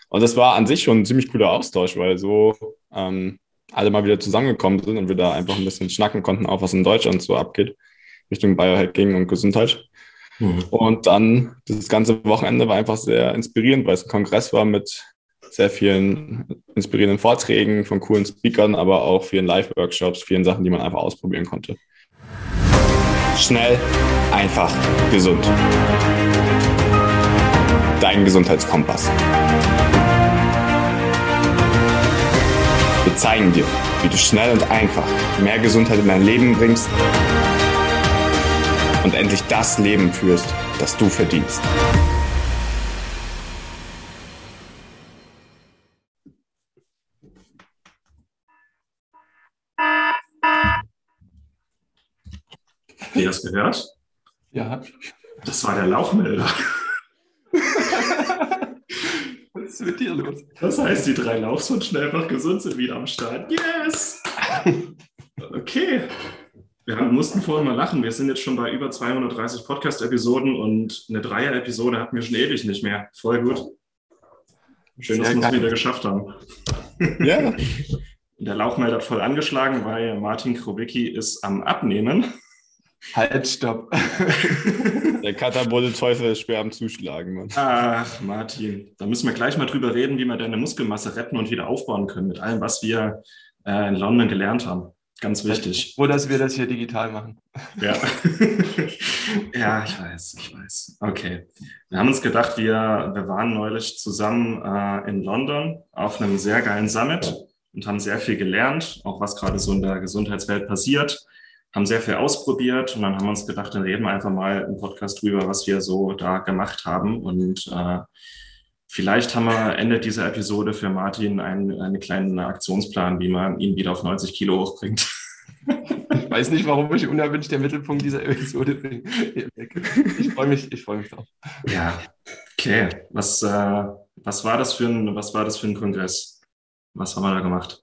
Und das war an sich schon ein ziemlich cooler Austausch, weil so alle mal wieder zusammengekommen sind und wir da einfach ein bisschen schnacken konnten, auch was in Deutschland so abgeht, Richtung Biohacking und Gesundheit. Mhm. Und dann das ganze Wochenende war einfach sehr inspirierend, weil es ein Kongress war mit sehr vielen inspirierenden Vorträgen von coolen Speakern, aber auch vielen Live-Workshops, vielen Sachen, die man einfach ausprobieren konnte. Schnell, einfach, gesund. Dein Gesundheitskompass. Wir zeigen dir, wie du schnell und einfach mehr Gesundheit in dein Leben bringst und endlich das Leben führst, das du verdienst. Habt ihr das gehört? Ja. Das war der Lauchmelder. Was ist mit dir los? Das heißt, die 3 Lauchs von Schnell einfach gesund sind wieder am Start. Yes! Okay. Wir mussten vorhin mal lachen. Wir sind jetzt schon bei über 230 Podcast-Episoden und eine Dreier-Episode hatten wir schon ewig nicht mehr. Voll gut. Schön, dass wir es wieder geschafft haben. Ja. Der Lauchmelder hat voll angeschlagen, weil Martin Krowicki ist am Abnehmen. Halt, stopp. Der Katabolle-Teufel ist schwer am Zuschlagen, Mann. Ach, Martin, da müssen wir gleich mal drüber reden, wie wir deine Muskelmasse retten und wieder aufbauen können mit allem, was wir in London gelernt haben. Ganz wichtig. Froh, dass wir das hier digital machen. Ja. Ja, ich weiß. Okay. Wir haben uns gedacht, wir waren neulich zusammen in London auf einem sehr geilen Summit und haben sehr viel gelernt, auch was gerade so in der Gesundheitswelt passiert, haben sehr viel ausprobiert und dann haben wir uns gedacht, dann reden wir einfach mal im Podcast drüber, was wir so da gemacht haben und vielleicht haben wir Ende dieser Episode für Martin einen kleinen Aktionsplan, wie man ihn wieder auf 90 Kilo hochbringt. Ich weiß nicht, warum ich unerwünscht der Mittelpunkt dieser Episode bin. Ich freue mich drauf. Ja, okay. Was war das für ein Kongress? Was haben wir da gemacht?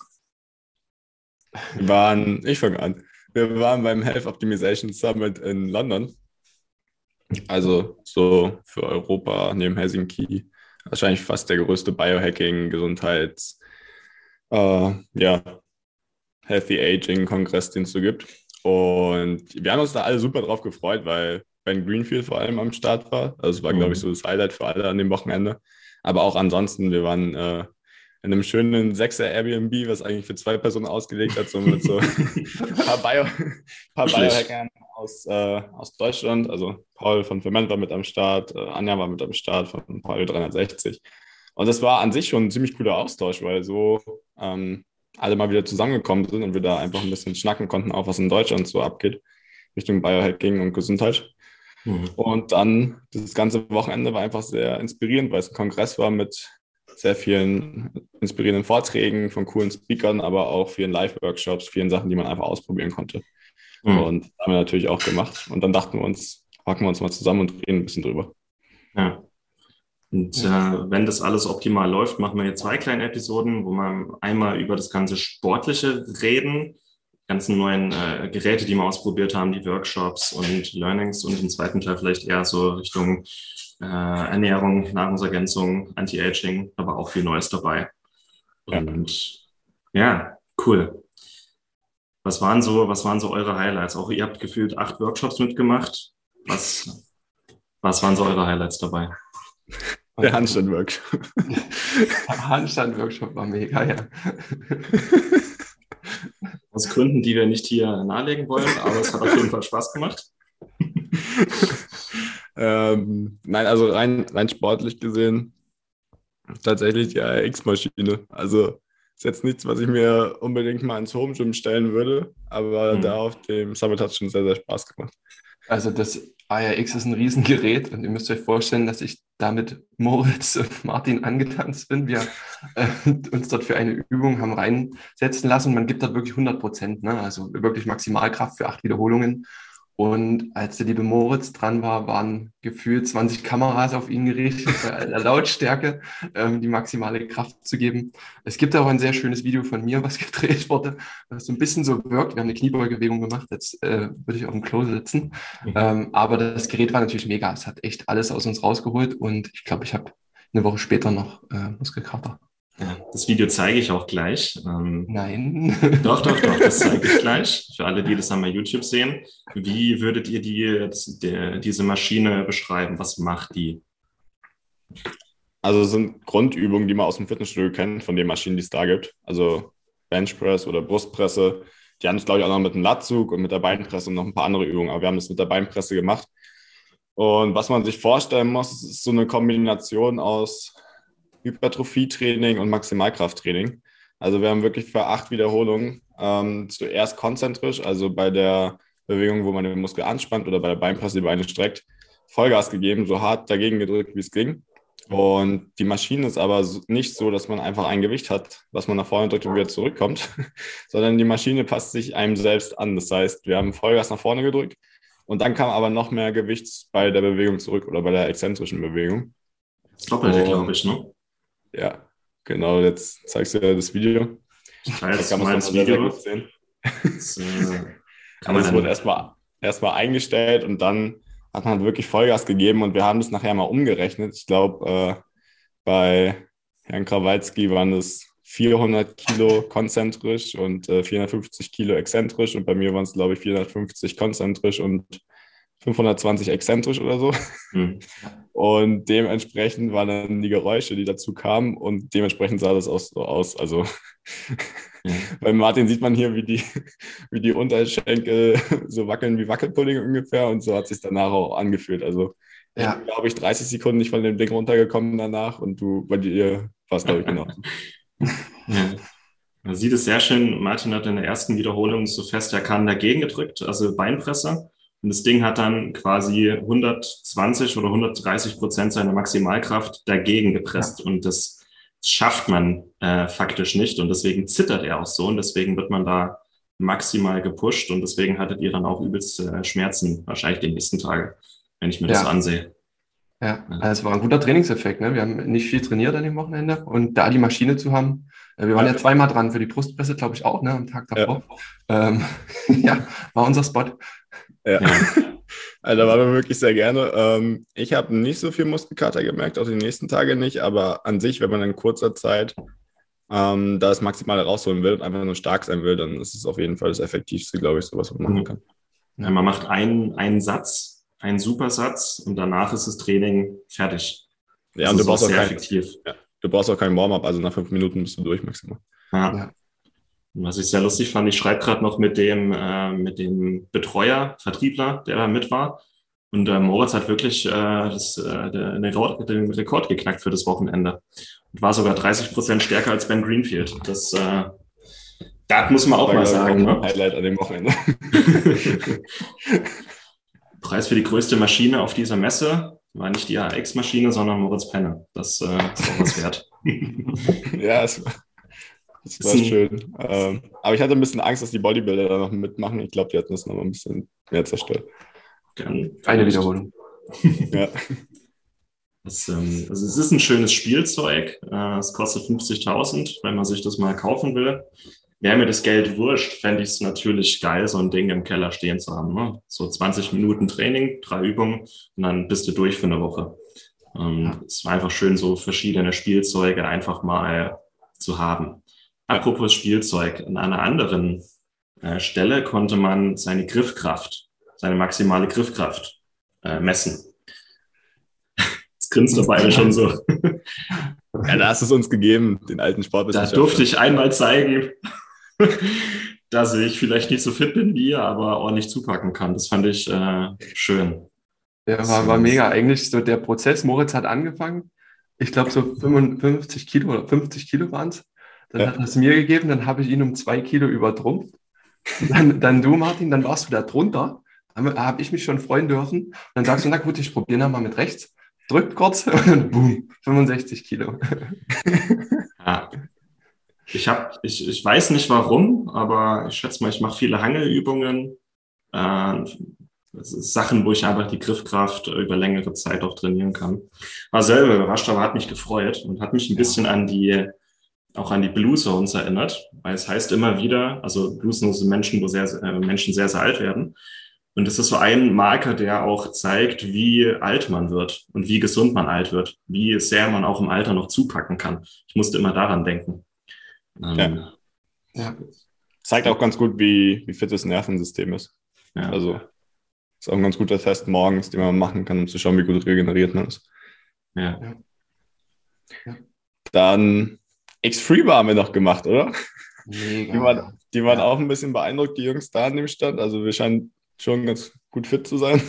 Ich fange an. Wir waren beim Health Optimization Summit in London. Also so für Europa neben Helsinki wahrscheinlich fast der größte Biohacking, Gesundheits, Healthy Aging-Kongress, den es so gibt. Und wir haben uns da alle super drauf gefreut, weil Ben Greenfield vor allem am Start war. Also es war, glaube ich, so das Highlight für alle an dem Wochenende. Aber auch ansonsten, wir waren in einem schönen 6er Airbnb, was eigentlich für 2 Personen ausgelegt hat, so mit so ein paar Biohackern aus Deutschland. Also Paul von Ferment war mit am Start, Anja war mit am Start von Paul 360. Und das war an sich schon ein ziemlich cooler Austausch, weil so alle mal wieder zusammengekommen sind und wir da einfach ein bisschen schnacken konnten, auch was in Deutschland so abgeht, Richtung Biohacking und Gesundheit. Mhm. Und dann das ganze Wochenende war einfach sehr inspirierend, weil es ein Kongress war mit sehr vielen inspirierenden Vorträgen von coolen Speakern, aber auch vielen Live-Workshops, vielen Sachen, die man einfach ausprobieren konnte. Mhm. Und das haben wir natürlich auch gemacht. Und dann dachten wir uns, packen wir uns mal zusammen und reden ein bisschen drüber. Ja. Und wenn das alles optimal läuft, machen wir jetzt 2 kleine Episoden, wo wir einmal über das ganze Sportliche reden, ganzen neuen Geräte, die wir ausprobiert haben, die Workshops und Learnings und im zweiten Teil vielleicht eher so Richtung Ernährung, Nahrungsergänzung, Anti-Aging, aber auch viel Neues dabei. Ja. Und ja, cool. Was waren so eure Highlights? Auch ihr habt gefühlt 8 Workshops mitgemacht. Was waren so eure Highlights dabei? Der Handstand-Workshop. Handstand-Workshop war mega, ja. Aus Gründen, die wir nicht hier nahelegen wollen, aber es hat auf jeden Fall Spaß gemacht. Nein, also rein sportlich gesehen, tatsächlich die ARX-Maschine. Also ist jetzt nichts, was ich mir unbedingt mal ins Home Gym stellen würde, aber da auf dem Summit hat es schon sehr, sehr Spaß gemacht. Also das ARX ist ein Riesengerät und ihr müsst euch vorstellen, dass ich da mit Moritz und Martin angetanzt bin. Wir uns dort für eine Übung haben reinsetzen lassen. Man gibt dort wirklich 100%, ne? Also wirklich Maximalkraft für 8 Wiederholungen. Und als der liebe Moritz dran war, waren gefühlt 20 Kameras auf ihn gerichtet, bei aller Lautstärke die maximale Kraft zu geben. Es gibt auch ein sehr schönes Video von mir, was gedreht wurde, was so ein bisschen so wirkt. Wir haben eine Kniebeugebewegung gemacht, jetzt würde ich auf dem Klo sitzen. Aber das Gerät war natürlich mega. Es hat echt alles aus uns rausgeholt und ich glaube, ich habe eine Woche später noch Muskelkater. Ja, das Video zeige ich auch gleich. Nein. Doch, das zeige ich gleich. Für alle, die das einmal YouTube sehen. Wie würdet ihr diese Maschine beschreiben? Was macht die? Also es sind Grundübungen, die man aus dem Fitnessstudio kennt, von den Maschinen, die es da gibt. Also Benchpress oder Brustpresse. Die haben es, glaube ich, auch noch mit dem Latzug und mit der Beinpresse und noch ein paar andere Übungen. Aber wir haben das mit der Beinpresse gemacht. Und was man sich vorstellen muss, ist so eine Kombination aus Hypertrophie-Training und Maximalkrafttraining. Also wir haben wirklich für 8 Wiederholungen zuerst konzentrisch, also bei der Bewegung, wo man den Muskel anspannt oder bei der Beinpresse die Beine streckt, Vollgas gegeben, so hart dagegen gedrückt, wie es ging. Und die Maschine ist aber nicht so, dass man einfach ein Gewicht hat, was man nach vorne drückt und wieder zurückkommt, sondern die Maschine passt sich einem selbst an. Das heißt, wir haben Vollgas nach vorne gedrückt und dann kam aber noch mehr Gewicht bei der Bewegung zurück oder bei der exzentrischen Bewegung. Das Doppelte, glaube ich, ne? Ja, genau. Jetzt zeigst du ja das Video. Ich teile jetzt Da kann mal man das es sehr, sehr Video. gut sehen. Das, Aber es wurde erstmal eingestellt und dann hat man wirklich Vollgas gegeben und wir haben das nachher mal umgerechnet. Ich glaube, bei Herrn Krawalski waren es 400 Kilo konzentrisch und 450 Kilo exzentrisch und bei mir waren es, glaube ich, 450 konzentrisch und 520 exzentrisch oder so. Und dementsprechend waren dann die Geräusche, die dazu kamen und dementsprechend sah das auch so aus. Also bei Martin sieht man hier, wie die Unterschenkel so wackeln wie Wackelpudding ungefähr und so hat es sich danach auch angefühlt. Also ich bin, glaube ich, 30 Sekunden nicht von dem Ding runtergekommen danach und bei dir war es, glaube ich, genau. Ja. Man sieht es sehr schön. Martin hat in der ersten Wiederholung so fest er kann dagegen gedrückt, also Beinpresse. Und das Ding hat dann quasi 120 oder 130% seiner Maximalkraft dagegen gepresst. Und das schafft man faktisch nicht. Und deswegen zittert er auch so. Und deswegen wird man da maximal gepusht. Und deswegen hattet ihr dann auch übelst Schmerzen, wahrscheinlich die nächsten Tage, wenn ich mir das so ansehe. Ja, also es war ein guter Trainingseffekt. Ne? Wir haben nicht viel trainiert an dem Wochenende. Und da die Maschine zu haben, wir waren ja zweimal dran für die Brustpresse, glaube ich auch, ne, am Tag davor. Ja, war unser Spot. Ja, also da waren wir wirklich sehr gerne. Ich habe nicht so viel Muskelkater gemerkt, auch die nächsten Tage nicht, aber an sich, wenn man in kurzer Zeit da das Maximale rausholen will und einfach nur stark sein will, dann ist es auf jeden Fall das Effektivste, glaube ich, so was man machen kann. Ja, man macht einen Satz, einen Supersatz und danach ist das Training fertig. Ja, und du brauchst auch kein Warm-up, also nach 5 Minuten bist du durch maximal. Ja. Was ich sehr lustig fand, ich schreibe gerade noch mit dem Betreuer, Vertriebler, der da mit war. Und Moritz hat wirklich den Rekord geknackt für das Wochenende. Und war sogar 30% stärker als Ben Greenfield. Das muss man auch mal sagen. Ne? Highlight an dem Wochenende. Preis für die größte Maschine auf dieser Messe war nicht die AX-Maschine, sondern Moritz Penne. Das ist auch was wert. Ja, das war schön. Aber ich hatte ein bisschen Angst, dass die Bodybuilder da noch mitmachen. Ich glaube, die hatten das noch mal ein bisschen mehr zerstört. Eine Wiederholung. Ja. Also es ist ein schönes Spielzeug. Es kostet 50.000, wenn man sich das mal kaufen will. Wäre mir das Geld wurscht, fände ich es natürlich geil, so ein Ding im Keller stehen zu haben. Ne? So 20 Minuten Training, 3 Übungen und dann bist du durch für eine Woche. Es war einfach schön, so verschiedene Spielzeuge einfach mal zu haben. Apropos Spielzeug, an einer anderen Stelle konnte man seine Griffkraft, seine maximale Griffkraft messen. Jetzt grinst er beide schon so. Ja, da hast du es uns gegeben, den alten Sportwissenschaftler. Da durfte ich einmal zeigen, dass ich vielleicht nicht so fit bin wie ihr, aber ordentlich zupacken kann. Das fand ich schön. Ja, war mega. Eigentlich so der Prozess, Moritz hat angefangen, ich glaube so 55 Kilo oder 50 Kilo waren es. Dann hat er es mir gegeben, dann habe ich ihn um 2 Kilo übertrumpft. Dann du, Martin, dann warst du da drunter. Habe ich mich schon freuen dürfen. Dann sagst du, na gut, ich probiere nochmal mit rechts. Drückt kurz und dann boom, 65 Kilo. Ja. Ich weiß nicht warum, aber ich schätze mal, ich mache viele Hangelübungen. Das ist Sachen, wo ich einfach die Griffkraft über längere Zeit auch trainieren kann. War selber überrascht, aber hat mich gefreut und hat mich ein bisschen an die Blue Zones erinnert, weil es heißt immer wieder, also Blue Zones sind Menschen, wo Menschen sehr, sehr alt werden. Und das ist so ein Marker, der auch zeigt, wie alt man wird und wie gesund man alt wird, wie sehr man auch im Alter noch zupacken kann. Ich musste immer daran denken. Ja. Ja. Zeigt auch ganz gut, wie fit das Nervensystem ist. Ja. Also ist auch ein ganz guter Test morgens, den man machen kann, um zu schauen, wie gut regeneriert man ist. Ja. Dann X-Free-Bar haben wir noch gemacht, oder? Mega. Die waren auch ein bisschen beeindruckt, die Jungs da an dem Stand. Also wir scheinen schon ganz gut fit zu sein.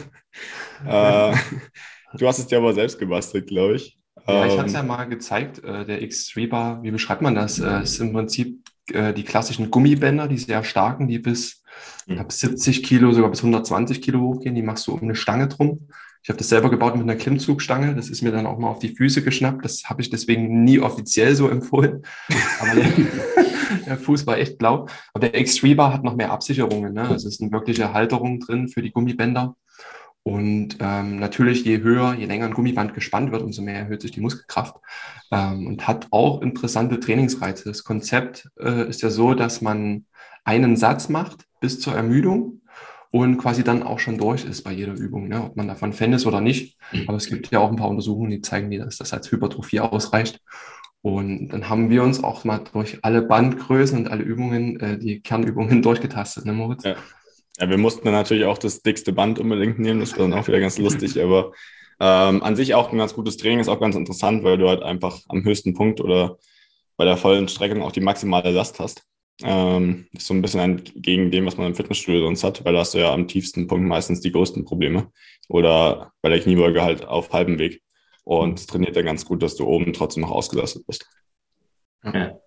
Du hast es dir aber selbst gebastelt, glaube ich. Ja, ich hatte es ja mal gezeigt, der X3 Bar, wie beschreibt man das? Ist im Prinzip die klassischen Gummibänder, die sehr starken, die bis 70 Kilo, sogar bis 120 Kilo hochgehen, die machst du um eine Stange drum. Ich habe das selber gebaut mit einer Klimmzugstange, das ist mir dann auch mal auf die Füße geschnappt, das habe ich deswegen nie offiziell so empfohlen, aber der Fuß war echt blau. Aber der X3 Bar hat noch mehr Absicherungen, ne? Also es sind wirkliche Halterungen drin für die Gummibänder. Und natürlich, je höher, je länger ein Gummiband gespannt wird, umso mehr erhöht sich die Muskelkraft und hat auch interessante Trainingsreize. Das Konzept ist ja so, dass man einen Satz macht bis zur Ermüdung und quasi dann auch schon durch ist bei jeder Übung, ne? Ob man davon Fan ist oder nicht. Aber es gibt ja auch ein paar Untersuchungen, die zeigen, dass das als Hypertrophie ausreicht. Und dann haben wir uns auch mal durch alle Bandgrößen und alle Übungen, die Kernübungen durchgetastet, ne, Moritz? Ja. Ja, wir mussten dann natürlich auch das dickste Band unbedingt nehmen, das war dann auch wieder ganz lustig, aber an sich auch ein ganz gutes Training, ist auch ganz interessant, weil du halt einfach am höchsten Punkt oder bei der vollen Streckung auch die maximale Last hast. Ist so ein bisschen entgegen dem, was man im Fitnessstudio sonst hat, weil da hast du ja am tiefsten Punkt meistens die größten Probleme oder bei der Kniebeuge halt auf halbem Weg. Und es trainiert ja ganz gut, dass du oben trotzdem noch ausgelastet bist. Ja.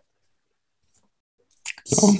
Ja.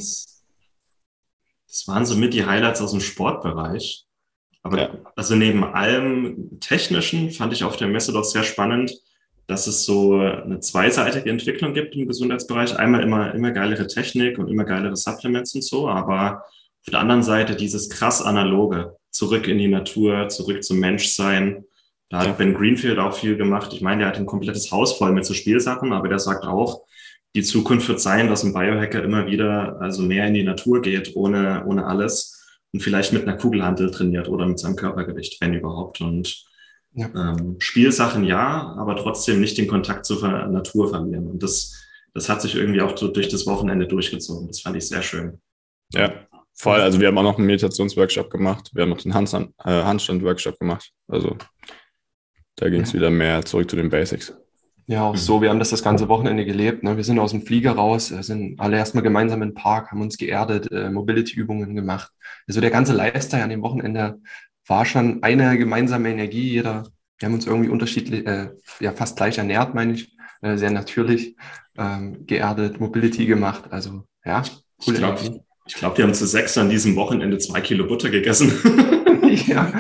Das waren so mit die Highlights aus dem Sportbereich. Aber Ja. also neben allem Technischen fand ich auf der Messe doch sehr spannend, dass es so eine zweiseitige Entwicklung gibt im Gesundheitsbereich. Einmal immer geilere Technik und immer geilere Supplements und so, aber auf der anderen Seite dieses krass Analoge, zurück in die Natur, zurück zum Menschsein. Da hat Ben Greenfield auch viel gemacht. Ich meine, der hat ein komplettes Haus voll mit so Spielsachen, aber der sagt auch, die Zukunft wird sein, dass ein Biohacker immer wieder also mehr in die Natur geht, ohne alles und vielleicht mit einer Kugelhantel trainiert oder mit seinem Körpergewicht, wenn überhaupt. Und Spielsachen ja, aber trotzdem nicht den Kontakt zur Natur verlieren. Und das hat sich irgendwie auch so durch das Wochenende durchgezogen. Das fand ich sehr schön. Ja, voll. Also wir haben auch noch einen Meditationsworkshop gemacht. Wir haben noch den Handstand-Workshop gemacht. Also da ging es wieder mehr zurück zu den Basics. Ja, auch so. Wir haben das ganze Wochenende gelebt. Ne? Wir sind aus dem Flieger raus, sind alle erstmal gemeinsam im Park, haben uns geerdet, Mobility-Übungen gemacht. Also der ganze Lifestyle an dem Wochenende war schon eine gemeinsame Energie. Wir haben uns irgendwie unterschiedlich, fast gleich ernährt, meine ich, sehr natürlich geerdet, Mobility gemacht. Also ja, coole Energie. Ich glaube, wir haben zu 6 an diesem Wochenende 2 Kilo Butter gegessen. Ja,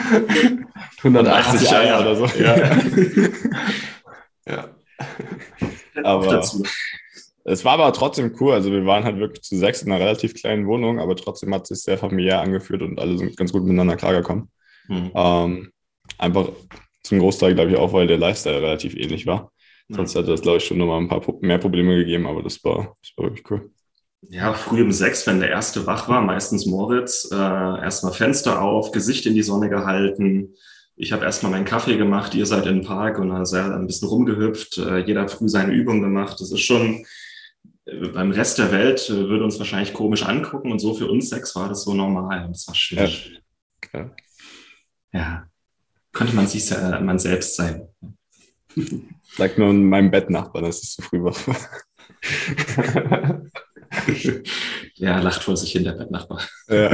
180 Eier oder so. Ja. Ja. Aber es war aber trotzdem cool. Also wir waren halt wirklich zu 6 in einer relativ kleinen Wohnung, aber trotzdem hat es sich sehr familiär angefühlt und alle sind ganz gut miteinander klargekommen. Einfach zum Großteil, glaube ich, auch, weil der Lifestyle relativ ähnlich war. Sonst hätte das, glaube ich, schon nochmal ein paar mehr Probleme gegeben, aber das war wirklich cool. Ja, früh um 6, wenn der erste wach war, meistens Moritz, erstmal Fenster auf, Gesicht in die Sonne gehalten. Ich habe erstmal meinen Kaffee gemacht, ihr seid im Park und dann seid ein bisschen rumgehüpft, jeder hat früh seine Übung gemacht. Das ist schon, beim Rest der Welt würde uns wahrscheinlich komisch angucken und so für uns 6 war das so normal und das war schön. Ja. Ja, könnte man selbst sein. Sag nur meinem Bettnachbarn, dass es zu früh war. Ja, lacht vor sich hin, der Bettnachbar. Ja.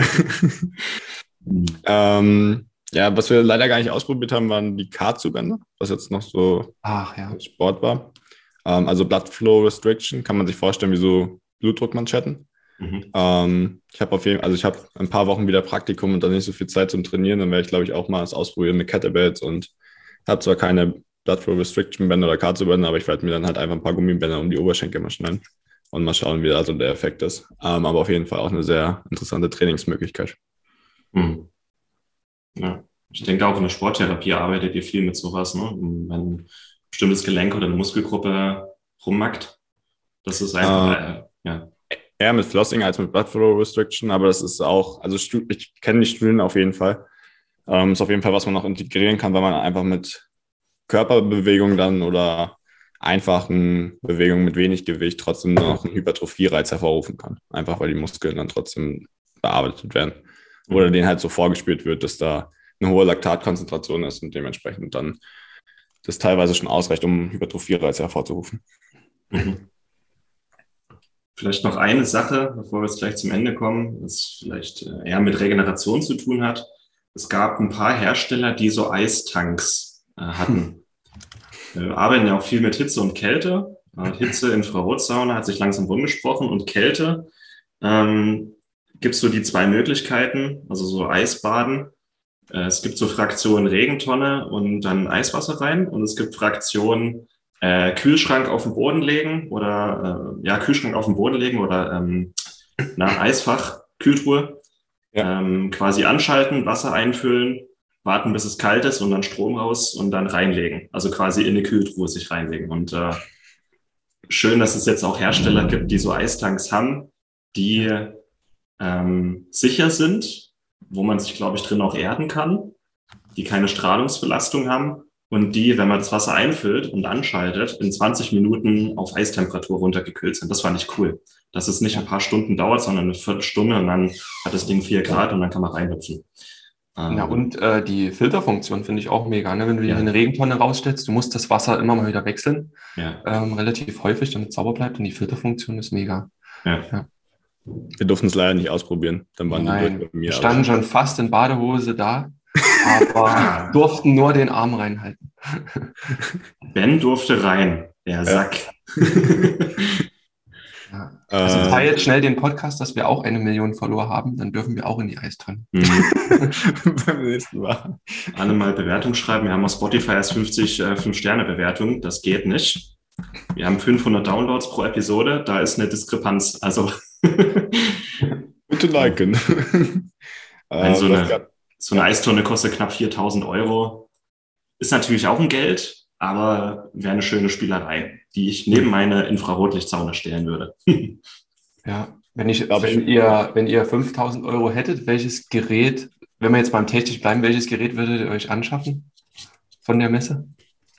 Ja, was wir leider gar nicht ausprobiert haben, waren die K-Zubänder, was jetzt noch so Sport war. Also Blood Flow Restriction, kann man sich vorstellen, wie so Blutdruckmanschetten. Ich habe ein paar Wochen wieder Praktikum und dann nicht so viel Zeit zum Trainieren, dann werde ich, glaube ich, auch mal das ausprobieren mit Kettlebells und habe zwar keine Blood Flow Restriction Bänder oder K-Zubänder, aber ich werde mir dann halt einfach ein paar Gummibänder um die Oberschenkel mal schneiden und mal schauen, wie da so der Effekt ist. Aber auf jeden Fall auch eine sehr interessante Trainingsmöglichkeit. Ja, ich denke auch in der Sporttherapie arbeitet ihr viel mit sowas, ne? Wenn ein bestimmtes Gelenk oder eine Muskelgruppe rummackt. Das ist einfach, Eher mit Flossing als mit Blood Flow Restriction, aber das ist auch, also ich kenne die Studien auf jeden Fall. Ist auf jeden Fall, was man noch integrieren kann, weil man einfach mit Körperbewegung dann oder einfachen Bewegungen mit wenig Gewicht trotzdem noch einen Hypertrophie-Reiz hervorrufen kann. Einfach weil die Muskeln dann trotzdem bearbeitet werden. Oder denen halt so vorgespielt wird, dass da eine hohe Laktatkonzentration ist und dementsprechend dann das teilweise schon ausreicht, um Hypertrophie-Reize hervorzurufen. Mhm. Vielleicht noch eine Sache, bevor wir jetzt gleich zum Ende kommen, das vielleicht eher mit Regeneration zu tun hat. Es gab ein paar Hersteller, die so Eistanks hatten. Wir arbeiten ja auch viel mit Hitze und Kälte. Hitze, Infrarotsauna hat sich langsam rumgesprochen und Kälte gibt es so die zwei Möglichkeiten, also so Eisbaden. Es gibt so Fraktionen Regentonne und dann Eiswasser rein und es gibt Fraktionen Kühlschrank auf den Boden legen oder Kühlschrank auf den Boden legen oder Eisfach, Kühltruhe, quasi anschalten, Wasser einfüllen, warten, bis es kalt ist und dann Strom raus und dann reinlegen. Also quasi in eine Kühltruhe sich reinlegen. Und schön, dass es jetzt auch Hersteller gibt, die so Eistanks haben, die sicher sind, wo man sich, glaube ich, drin auch erden kann, die keine Strahlungsbelastung haben und die, wenn man das Wasser einfüllt und anschaltet, in 20 Minuten auf Eistemperatur runtergekühlt sind. Das fand ich cool. Dass es nicht ein paar Stunden dauert, sondern eine Viertelstunde und dann hat das Ding 4 Grad und dann kann man reinhüpfen. Ja, und die Filterfunktion finde ich auch mega, ne? Wenn du dir eine Regentonne rausstellst, du musst das Wasser immer mal wieder wechseln, relativ häufig, damit es sauber bleibt und die Filterfunktion ist mega. Ja. Wir durften es leider nicht ausprobieren. Dann waren die durch bei mir. Wir standen schon fast in Badehose da, aber durften nur den Arm reinhalten. Ben durfte rein, der Sack. Also teilt schnell den Podcast, dass wir auch 1 Million Follower haben, dann dürfen wir auch in die Eistonne. Beim nächsten Mal. Alle mal Bewertung schreiben. Wir haben auf Spotify erst 50 5-Sterne-Bewertungen. Das geht nicht. Wir haben 500 Downloads pro Episode. Da ist eine Diskrepanz. Also bitte liken. So eine Eistonne kostet knapp 4.000 Euro. Ist natürlich auch ein Geld, aber wäre eine schöne Spielerei, die ich neben meine Infrarotlichtsauna stellen würde. Ja, wenn ihr 5.000 Euro hättet, welches Gerät, wenn wir jetzt beim technisch bleiben, welches Gerät würdet ihr euch anschaffen von der Messe?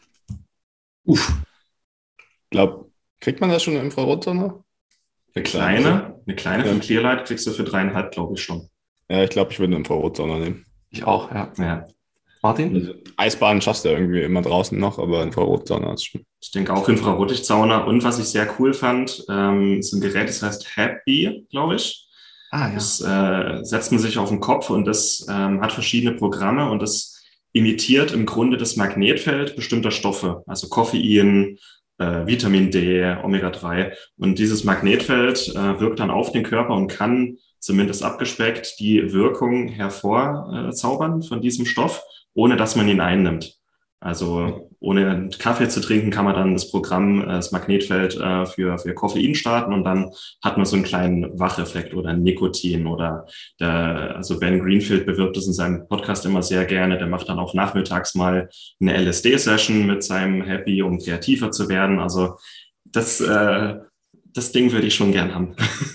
Ich glaube, kriegt man das schon in Infrarotsonne? Eine kleine von Clearlight kriegst du für 3,5, glaube ich schon. Ja, ich glaube, ich würde eine Infrarotsonne nehmen. Ich auch, ja. Martin? Also, Eisbahn schaffst du ja irgendwie immer draußen noch, aber Infrarotsonne ist schon. Ich denke auch Infrarotlichtsauna. Und was ich sehr cool fand, ist ein Gerät, das heißt Happy, glaube ich. Das setzt man sich auf den Kopf und das hat verschiedene Programme und das imitiert im Grunde das Magnetfeld bestimmter Stoffe, also Koffein, Vitamin D, Omega-3. Und dieses Magnetfeld wirkt dann auf den Körper und kann zumindest abgespeckt die Wirkung hervorzaubern von diesem Stoff, ohne dass man ihn einnimmt. Also ohne Kaffee zu trinken, kann man dann das Programm, das Magnetfeld für Koffein starten und dann hat man so einen kleinen Wacheffekt oder Nikotin oder also Ben Greenfield bewirbt das in seinem Podcast immer sehr gerne. Der macht dann auch nachmittags mal eine LSD-Session mit seinem Happy, um kreativer zu werden. Also das Ding würde ich schon gern haben.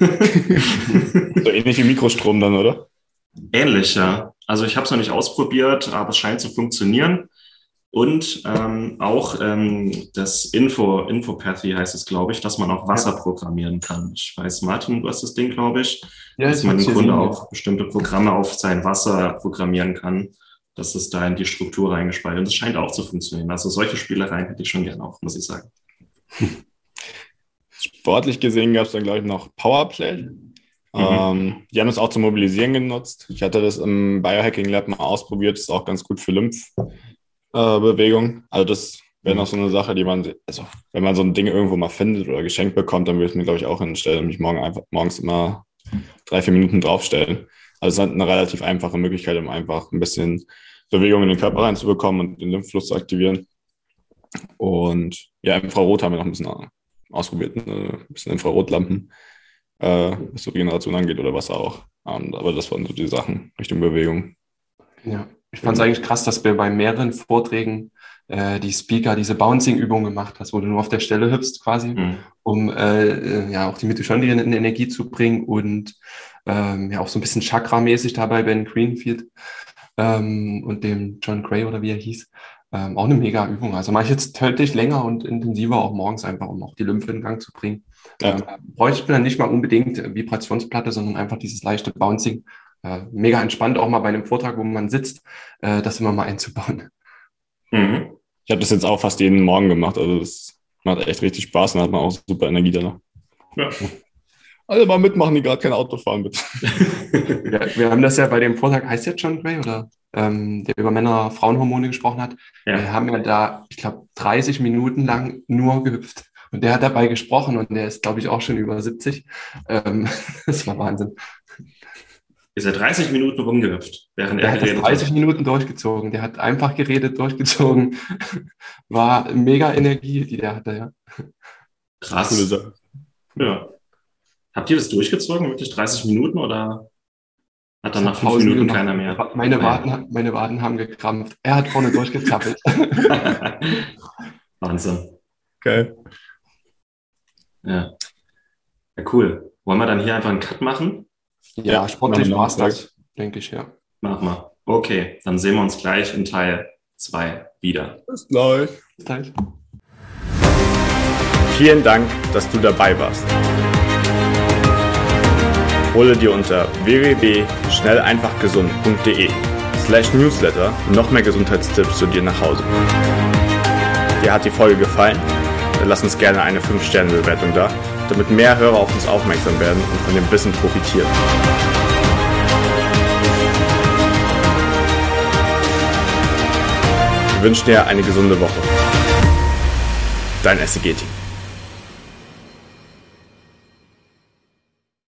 So ähnlich wie Mikrostrom dann, oder? Ähnlich, ja. Also ich habe es noch nicht ausprobiert, aber es scheint zu funktionieren. Und auch das Infopathy heißt es, glaube ich, dass man auch Wasser programmieren kann. Ich weiß, Martin, du hast das Ding, glaube ich, dass man im Grunde auch bestimmte Programme auf sein Wasser programmieren kann, dass es da in die Struktur reingespeichert. Und das scheint auch zu funktionieren. Also solche Spielereien hätte ich schon gerne auch, muss ich sagen. Sportlich gesehen gab es dann, glaube ich, noch Powerplay. Die haben es auch zum Mobilisieren genutzt. Ich hatte das im Biohacking Lab mal ausprobiert. Das ist auch ganz gut für Lymphbewegung. Also das wäre noch so eine Sache, die man, also wenn man so ein Ding irgendwo mal findet oder geschenkt bekommt, dann würde ich mir, glaube ich, auch hinstellen und mich morgens immer 3-4 Minuten draufstellen. Also es ist halt eine relativ einfache Möglichkeit, um einfach ein bisschen Bewegung in den Körper reinzubekommen und den Lymphfluss zu aktivieren. Und ja, Infrarot haben wir noch ein bisschen ausprobiert, ein bisschen Infrarotlampen, was so Regeneration angeht oder Wasser auch. Aber das waren so die Sachen Richtung Bewegung. Ja, ich fand es eigentlich krass, dass wir bei mehreren Vorträgen die Speaker diese Bouncing-Übung gemacht hast, wo du nur auf der Stelle hüpfst quasi, um auch die Mitochondrien in Energie zu bringen und auch so ein bisschen Chakra-mäßig dabei Ben Greenfield. und dem John Gray oder wie er hieß. Auch eine mega Übung. Also mache ich jetzt deutlich länger und intensiver, auch morgens einfach, um auch die Lymphe in Gang zu bringen. Ja. Bräuchte man dann nicht mal unbedingt Vibrationsplatte, sondern einfach dieses leichte Bouncing. Mega entspannt, auch mal bei einem Vortrag, wo man sitzt, das immer mal einzubauen. Mhm. Ich habe das jetzt auch fast jeden Morgen gemacht. Also das macht echt richtig Spaß und dann hat man auch super Energie danach. Ja. Also mal mitmachen, die gerade kein Auto fahren, bitte. Ja, wir haben das ja bei dem Vortrag, heißt der John Gray oder der über Männer-Frauen-Hormone gesprochen hat. Ja. Wir haben ja da, ich glaube, 30 Minuten lang nur gehüpft. Und der hat dabei gesprochen und der ist, glaube ich, auch schon über 70. Das war Wahnsinn. Ist er 30 Minuten rumgehüpft, während Der er hat das geredet 30 hat? Minuten durchgezogen. Der hat einfach geredet, durchgezogen. War mega Energie, die der hatte, ja. Coole Krass. Sache. Ja. Habt ihr das durchgezogen, wirklich 30 Minuten oder hat dann nach 5 Pausen Minuten gemacht. keiner mehr? Meine Waden haben gekrampft. Er hat vorne durchgezappelt. Wahnsinn. Geil. Ja. Ja, cool. Wollen wir dann hier einfach einen Cut machen? Ja, sportlich machen wir war es noch. das, denke ich, ja. Machen wir. Okay, dann sehen wir uns gleich in Teil 2 wieder. Bis gleich. Bis gleich. Vielen Dank, dass du dabei warst. Hole dir unter www.schnelleinfachgesund.de/newsletter noch mehr Gesundheitstipps zu dir nach Hause. Dir hat die Folge gefallen? Dann lass uns gerne eine 5-Sterne-Bewertung da, damit mehr Hörer auf uns aufmerksam werden und von dem Wissen profitieren. Wir wünschen dir eine gesunde Woche. Dein SEG-Team.